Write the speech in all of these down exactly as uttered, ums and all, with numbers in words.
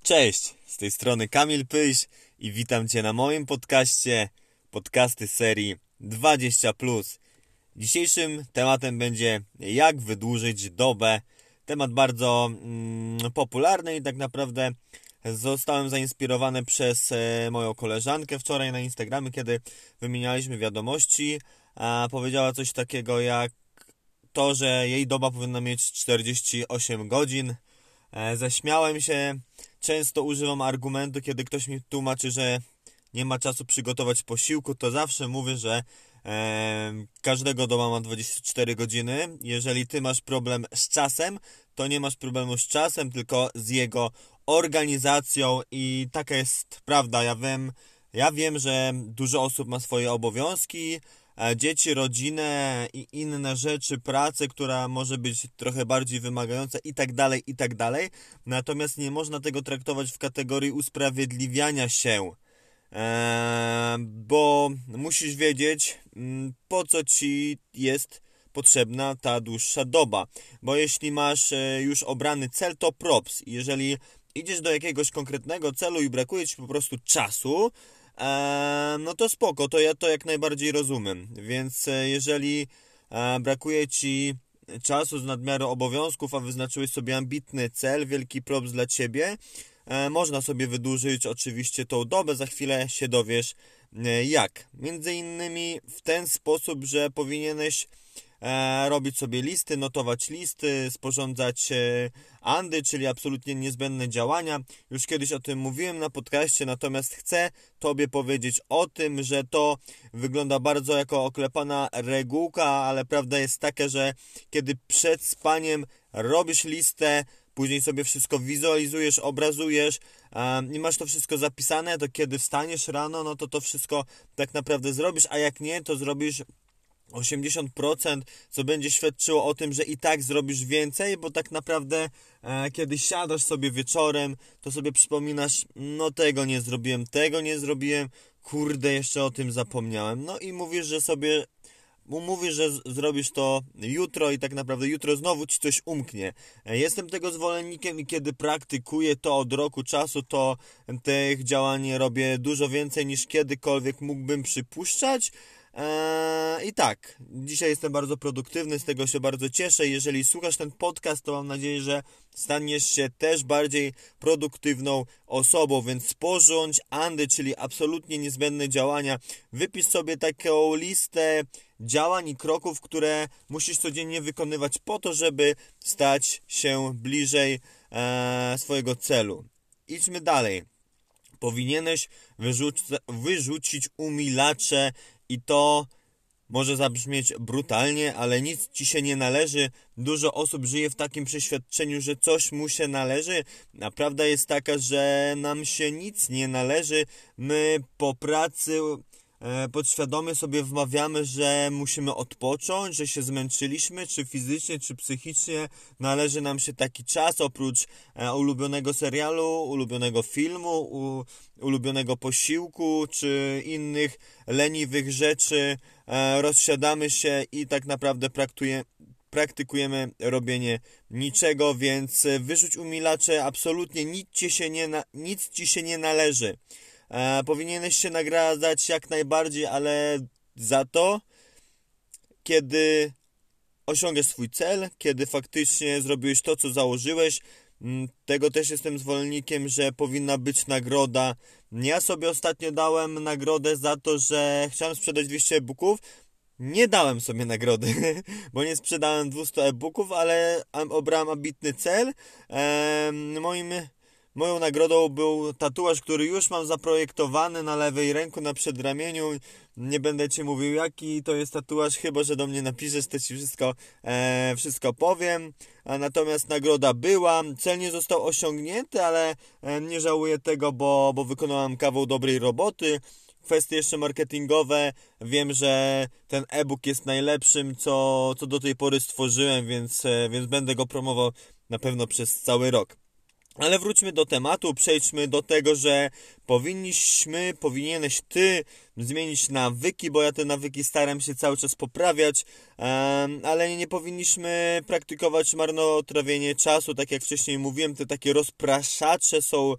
Cześć, z tej strony Kamil Pyś i witam Cię na moim podcaście, podcasty serii dwadzieścia plus. Dzisiejszym tematem będzie jak wydłużyć dobę. Temat bardzo mm, popularny i tak naprawdę zostałem zainspirowany przez e, moją koleżankę wczoraj na Instagramie, kiedy wymienialiśmy wiadomości. A powiedziała coś takiego jak to, że jej doba powinna mieć czterdzieści osiem godzin. E, zaśmiałem się. Często używam argumentu, kiedy ktoś mi tłumaczy, że nie ma czasu przygotować posiłku, to zawsze mówię, że e, każdego doba ma dwadzieścia cztery godziny. Jeżeli ty masz problem z czasem, to nie masz problemu z czasem, tylko z jego organizacją i taka jest prawda. Ja wiem, ja wiem, że dużo osób ma swoje obowiązki, dzieci, rodzinę i inne rzeczy, pracę, która może być trochę bardziej wymagająca i tak dalej, i tak dalej. Natomiast nie można tego traktować w kategorii usprawiedliwiania się, eee, bo musisz wiedzieć, po co ci jest potrzebna ta dłuższa doba. Bo jeśli masz już obrany cel, to props. Jeżeli idziesz do jakiegoś konkretnego celu i brakuje ci po prostu czasu, Eee, no to spoko, to ja to jak najbardziej rozumiem. Więc e, jeżeli e, brakuje ci czasu z nadmiaru obowiązków, a wyznaczyłeś sobie ambitny cel, wielki props dla ciebie, e, można sobie wydłużyć oczywiście tą dobę, za chwilę się dowiesz e, jak. Między innymi w ten sposób, że powinieneś E, robić sobie listy, notować listy, sporządzać e, andy, czyli absolutnie niezbędne działania. Już kiedyś o tym mówiłem na podcaście, natomiast chcę Tobie powiedzieć o tym, że to wygląda bardzo jako oklepana regułka, ale prawda jest taka, że kiedy przed spaniem robisz listę, później sobie wszystko wizualizujesz, obrazujesz e, i masz to wszystko zapisane, to kiedy wstaniesz rano, no to to wszystko tak naprawdę zrobisz, a jak nie, to zrobisz osiemdziesiąt procent, co będzie świadczyło o tym, że i tak zrobisz więcej, bo tak naprawdę e, kiedy siadasz sobie wieczorem, to sobie przypominasz, no tego nie zrobiłem, tego nie zrobiłem, kurde, jeszcze o tym zapomniałem. No i mówisz, że sobie, mówisz, że z- zrobisz to jutro i tak naprawdę jutro znowu ci coś umknie. E, jestem tego zwolennikiem i kiedy praktykuję to od roku czasu, to tych działań robię dużo więcej niż kiedykolwiek mógłbym przypuszczać. Eee, I tak, dzisiaj jestem bardzo produktywny, z tego się bardzo cieszę. Jeżeli słuchasz ten podcast, to mam nadzieję, że staniesz się też bardziej produktywną osobą, więc sporządź andy, czyli absolutnie niezbędne działania. Wypisz sobie taką listę działań i kroków, które musisz codziennie wykonywać po to, żeby stać się bliżej e, swojego celu. Idźmy dalej. Powinieneś wyrzuc- wyrzucić umilacze i to może zabrzmieć brutalnie, ale nic ci się nie należy. Dużo osób żyje w takim przeświadczeniu, że coś mu się należy, a prawda jest taka, że nam się nic nie należy. My po pracy e, podświadomie sobie wmawiamy, że musimy odpocząć, że się zmęczyliśmy, czy fizycznie, czy psychicznie. Należy nam się taki czas, oprócz e, ulubionego serialu, ulubionego filmu, u, ulubionego posiłku, czy innych leniwych rzeczy. E, rozsiadamy się i tak naprawdę praktykuje, praktykujemy robienie niczego, więc wyrzuć umilacze, absolutnie nic ci się nie, na, nic ci się nie należy. E, powinieneś się nagradzać jak najbardziej, ale za to, kiedy osiągniesz swój cel, kiedy faktycznie zrobiłeś to, co założyłeś. Tego też jestem zwolennikiem, że powinna być nagroda. Ja sobie ostatnio dałem nagrodę za to, że chciałem sprzedać dwieście e-booków. Nie dałem sobie nagrody, bo nie sprzedałem dwieście e-booków, ale obrałem ambitny cel. Eee, moim, moją nagrodą był tatuaż, który już mam zaprojektowany na lewej ręku, na przedramieniu. Nie będę ci mówił jaki to jest tatuaż, chyba że do mnie napiszesz, to ci wszystko, e, wszystko powiem. A natomiast nagroda była, cel nie został osiągnięty, ale e, nie żałuję tego, bo, bo wykonałem kawał dobrej roboty. Kwestie jeszcze marketingowe, wiem, że ten e-book jest najlepszym, co, co do tej pory stworzyłem, więc, e, więc będę go promował na pewno przez cały rok. Ale wróćmy do tematu, przejdźmy do tego, że powinniśmy, powinieneś ty zmienić nawyki, bo ja te nawyki staram się cały czas poprawiać, ale nie powinniśmy praktykować marnotrawienie czasu, tak jak wcześniej mówiłem, te takie rozpraszacze są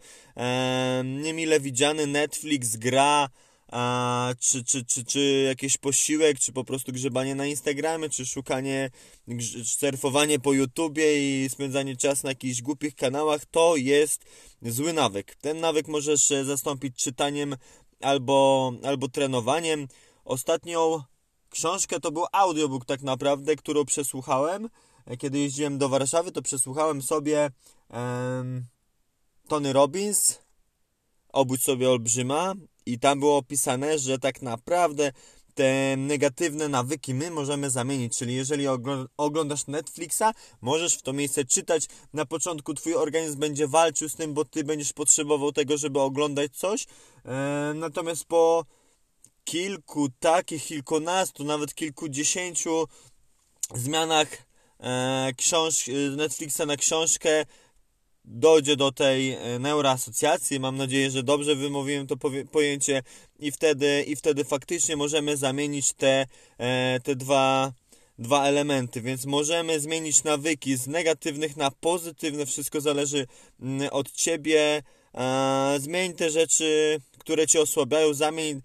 niemile widziane, Netflix, gra, A, czy, czy, czy, czy jakiś posiłek, czy po prostu grzebanie na Instagramie, czy szukanie, surfowanie po YouTubie i spędzanie czasu na jakichś głupich kanałach, to jest zły nawyk. Ten nawyk możesz zastąpić czytaniem albo, albo trenowaniem. Ostatnią książkę to był audiobook tak naprawdę, którą przesłuchałem. Kiedy jeździłem do Warszawy, to przesłuchałem sobie um, Tony Robbins, Obudź sobie olbrzyma. I tam było opisane, że tak naprawdę te negatywne nawyki my możemy zamienić. Czyli jeżeli oglądasz Netflixa, możesz w to miejsce czytać. Na początku twój organizm będzie walczył z tym, bo ty będziesz potrzebował tego, żeby oglądać coś. E, natomiast po kilku takich, kilkunastu, nawet kilkudziesięciu zmianach e, książ- Netflixa na książkę, dojdzie do tej neuroasocjacji, mam nadzieję, że dobrze wymówiłem to pojęcie i wtedy, i wtedy faktycznie możemy zamienić te, te dwa, dwa elementy, więc możemy zmienić nawyki z negatywnych na pozytywne, wszystko zależy od ciebie. Zmień te rzeczy, które cię osłabiają, zamień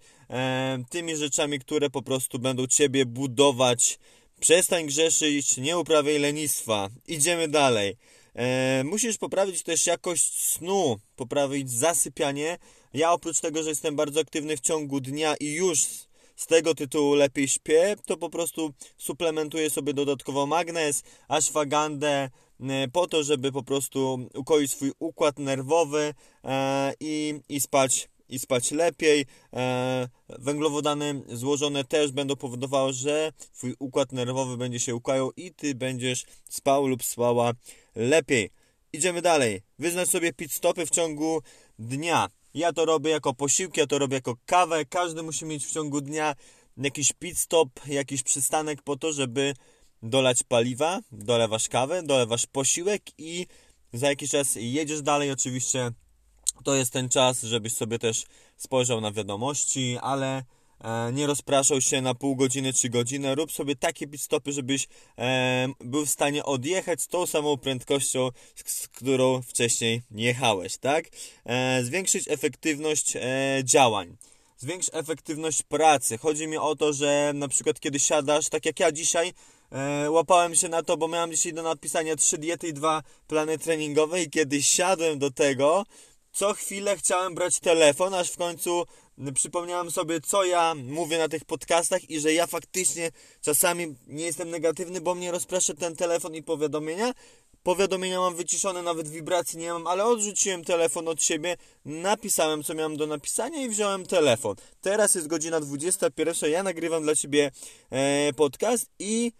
tymi rzeczami, które po prostu będą ciebie budować. Przestań grzeszyć, nie uprawiaj lenistwa. Idziemy dalej. E, musisz poprawić też jakość snu, poprawić zasypianie. Ja oprócz tego, że jestem bardzo aktywny w ciągu dnia i już z tego tytułu lepiej śpię, to po prostu suplementuję sobie dodatkowo magnez, ashwagandę, e, po to, żeby po prostu ukoić swój układ nerwowy e, i, i spać i spać lepiej. E, węglowodany złożone też będą powodowały, że twój układ nerwowy będzie się ukajał i ty będziesz spał lub spała lepiej. Idziemy dalej. Wyznacz sobie pit stopy w ciągu dnia. Ja to robię jako posiłki, ja to robię jako kawę. Każdy musi mieć w ciągu dnia jakiś pit stop, jakiś przystanek po to, żeby dolać paliwa. Dolewasz kawę, dolewasz posiłek i za jakiś czas jedziesz dalej. Oczywiście to jest ten czas, żebyś sobie też spojrzał na wiadomości, ale e, nie rozpraszał się na pół godziny czy godzinę. Rób sobie takie pit stopy, żebyś e, był w stanie odjechać z tą samą prędkością, z, z którą wcześniej jechałeś, tak? E, zwiększyć efektywność e, działań. Zwiększ efektywność pracy. Chodzi mi o to, że na przykład kiedy siadasz, tak jak ja dzisiaj, e, łapałem się na to, bo miałem dzisiaj do napisania trzy diety i dwa plany treningowe i kiedy siadłem do tego, co chwilę chciałem brać telefon, aż w końcu przypomniałem sobie, co ja mówię na tych podcastach i że ja faktycznie czasami nie jestem negatywny, bo mnie rozprasza ten telefon i powiadomienia. Powiadomienia mam wyciszone, nawet wibracji nie mam, ale odrzuciłem telefon od siebie, napisałem, co miałem do napisania i wziąłem telefon. Teraz jest godzina dwudziesta pierwsza, ja nagrywam dla ciebie e, podcast i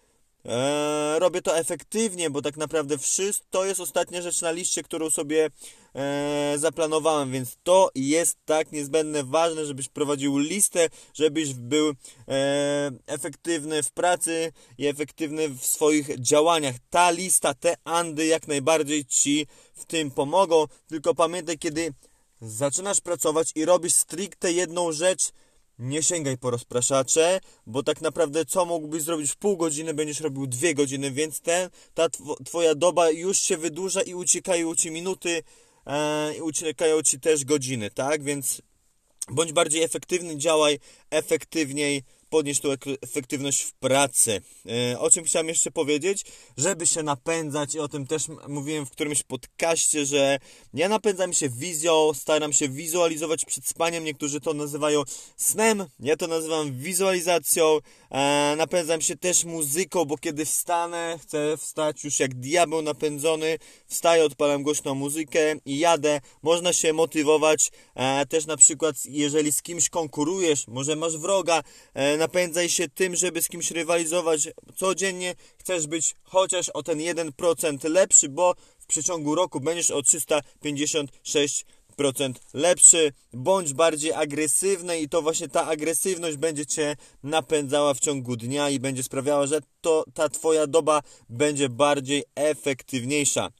e, robię to efektywnie, bo tak naprawdę wszystko to jest ostatnia rzecz na liście, którą sobie e, zaplanowałem, więc to jest tak niezbędne, ważne, żebyś prowadził listę, żebyś był e, efektywny w pracy i efektywny w swoich działaniach. Ta lista, te andy jak najbardziej ci w tym pomogą, tylko pamiętaj, kiedy zaczynasz pracować i robisz stricte jedną rzecz, nie sięgaj po rozpraszacze, bo tak naprawdę co mógłbyś zrobić w pół godziny, będziesz robił dwie godziny, więc ten, ta tw- twoja doba już się wydłuża i uciekają ci minuty, e, i uciekają ci też godziny, tak? Więc bądź bardziej efektywny, działaj efektywniej, podnieś tą efektywność w pracy. E, o czym chciałem jeszcze powiedzieć? Żeby się napędzać, i o tym też mówiłem w którymś podcaście, że ja napędzam się wizją, staram się wizualizować przed spaniem, niektórzy to nazywają snem, ja to nazywam wizualizacją, e, napędzam się też muzyką, bo kiedy wstanę, chcę wstać już jak diabeł napędzony, wstaję, odpalam głośną muzykę i jadę, można się motywować, e, też na przykład jeżeli z kimś konkurujesz, może masz wroga, e, napędzaj się tym, żeby z kimś rywalizować codziennie, chcesz być chociaż o ten jeden procent lepszy, bo w przeciągu roku będziesz o trzysta pięćdziesiąt sześć procent lepszy, bądź bardziej agresywny i to właśnie ta agresywność będzie cię napędzała w ciągu dnia i będzie sprawiała, że to ta twoja doba będzie bardziej efektywniejsza.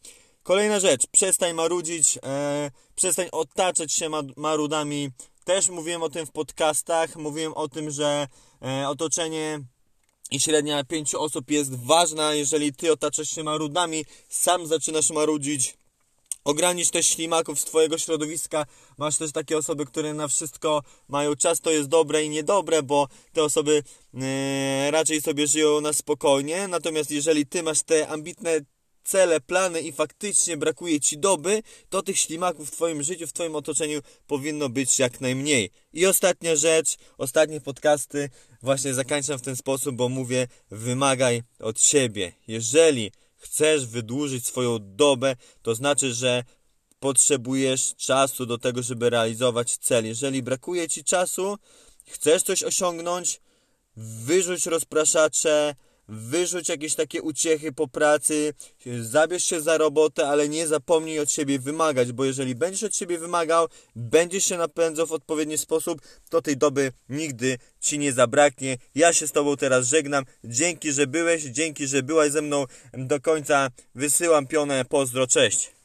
Kolejna rzecz, przestań marudzić, e, przestań otaczać się ma- marudami. Też mówiłem o tym w podcastach, mówiłem o tym, że e, otoczenie i średnia pięciu osób jest ważna. Jeżeli ty otaczasz się marudami, sam zaczynasz marudzić. Ogranicz też ślimaków z twojego środowiska. Masz też takie osoby, które na wszystko mają czas, to jest dobre i niedobre, bo te osoby e, raczej sobie żyją na spokojnie. Natomiast jeżeli ty masz te ambitne cele, plany i faktycznie brakuje ci doby, to tych ślimaków w twoim życiu, w twoim otoczeniu powinno być jak najmniej. I ostatnia rzecz, ostatnie podcasty właśnie zakończam w ten sposób, bo mówię, wymagaj od siebie. Jeżeli chcesz wydłużyć swoją dobę, to znaczy, że potrzebujesz czasu do tego, żeby realizować cel. Jeżeli brakuje ci czasu, chcesz coś osiągnąć, wyrzuć rozpraszacze, wyrzuć jakieś takie uciechy po pracy, zabierz się za robotę, ale nie zapomnij od siebie wymagać, bo jeżeli będziesz od siebie wymagał, będziesz się napędzał w odpowiedni sposób, to tej doby nigdy ci nie zabraknie. Ja się z tobą teraz żegnam. Dzięki, że byłeś, dzięki, że byłaś ze mną do końca. Wysyłam pionę, pozdro, cześć.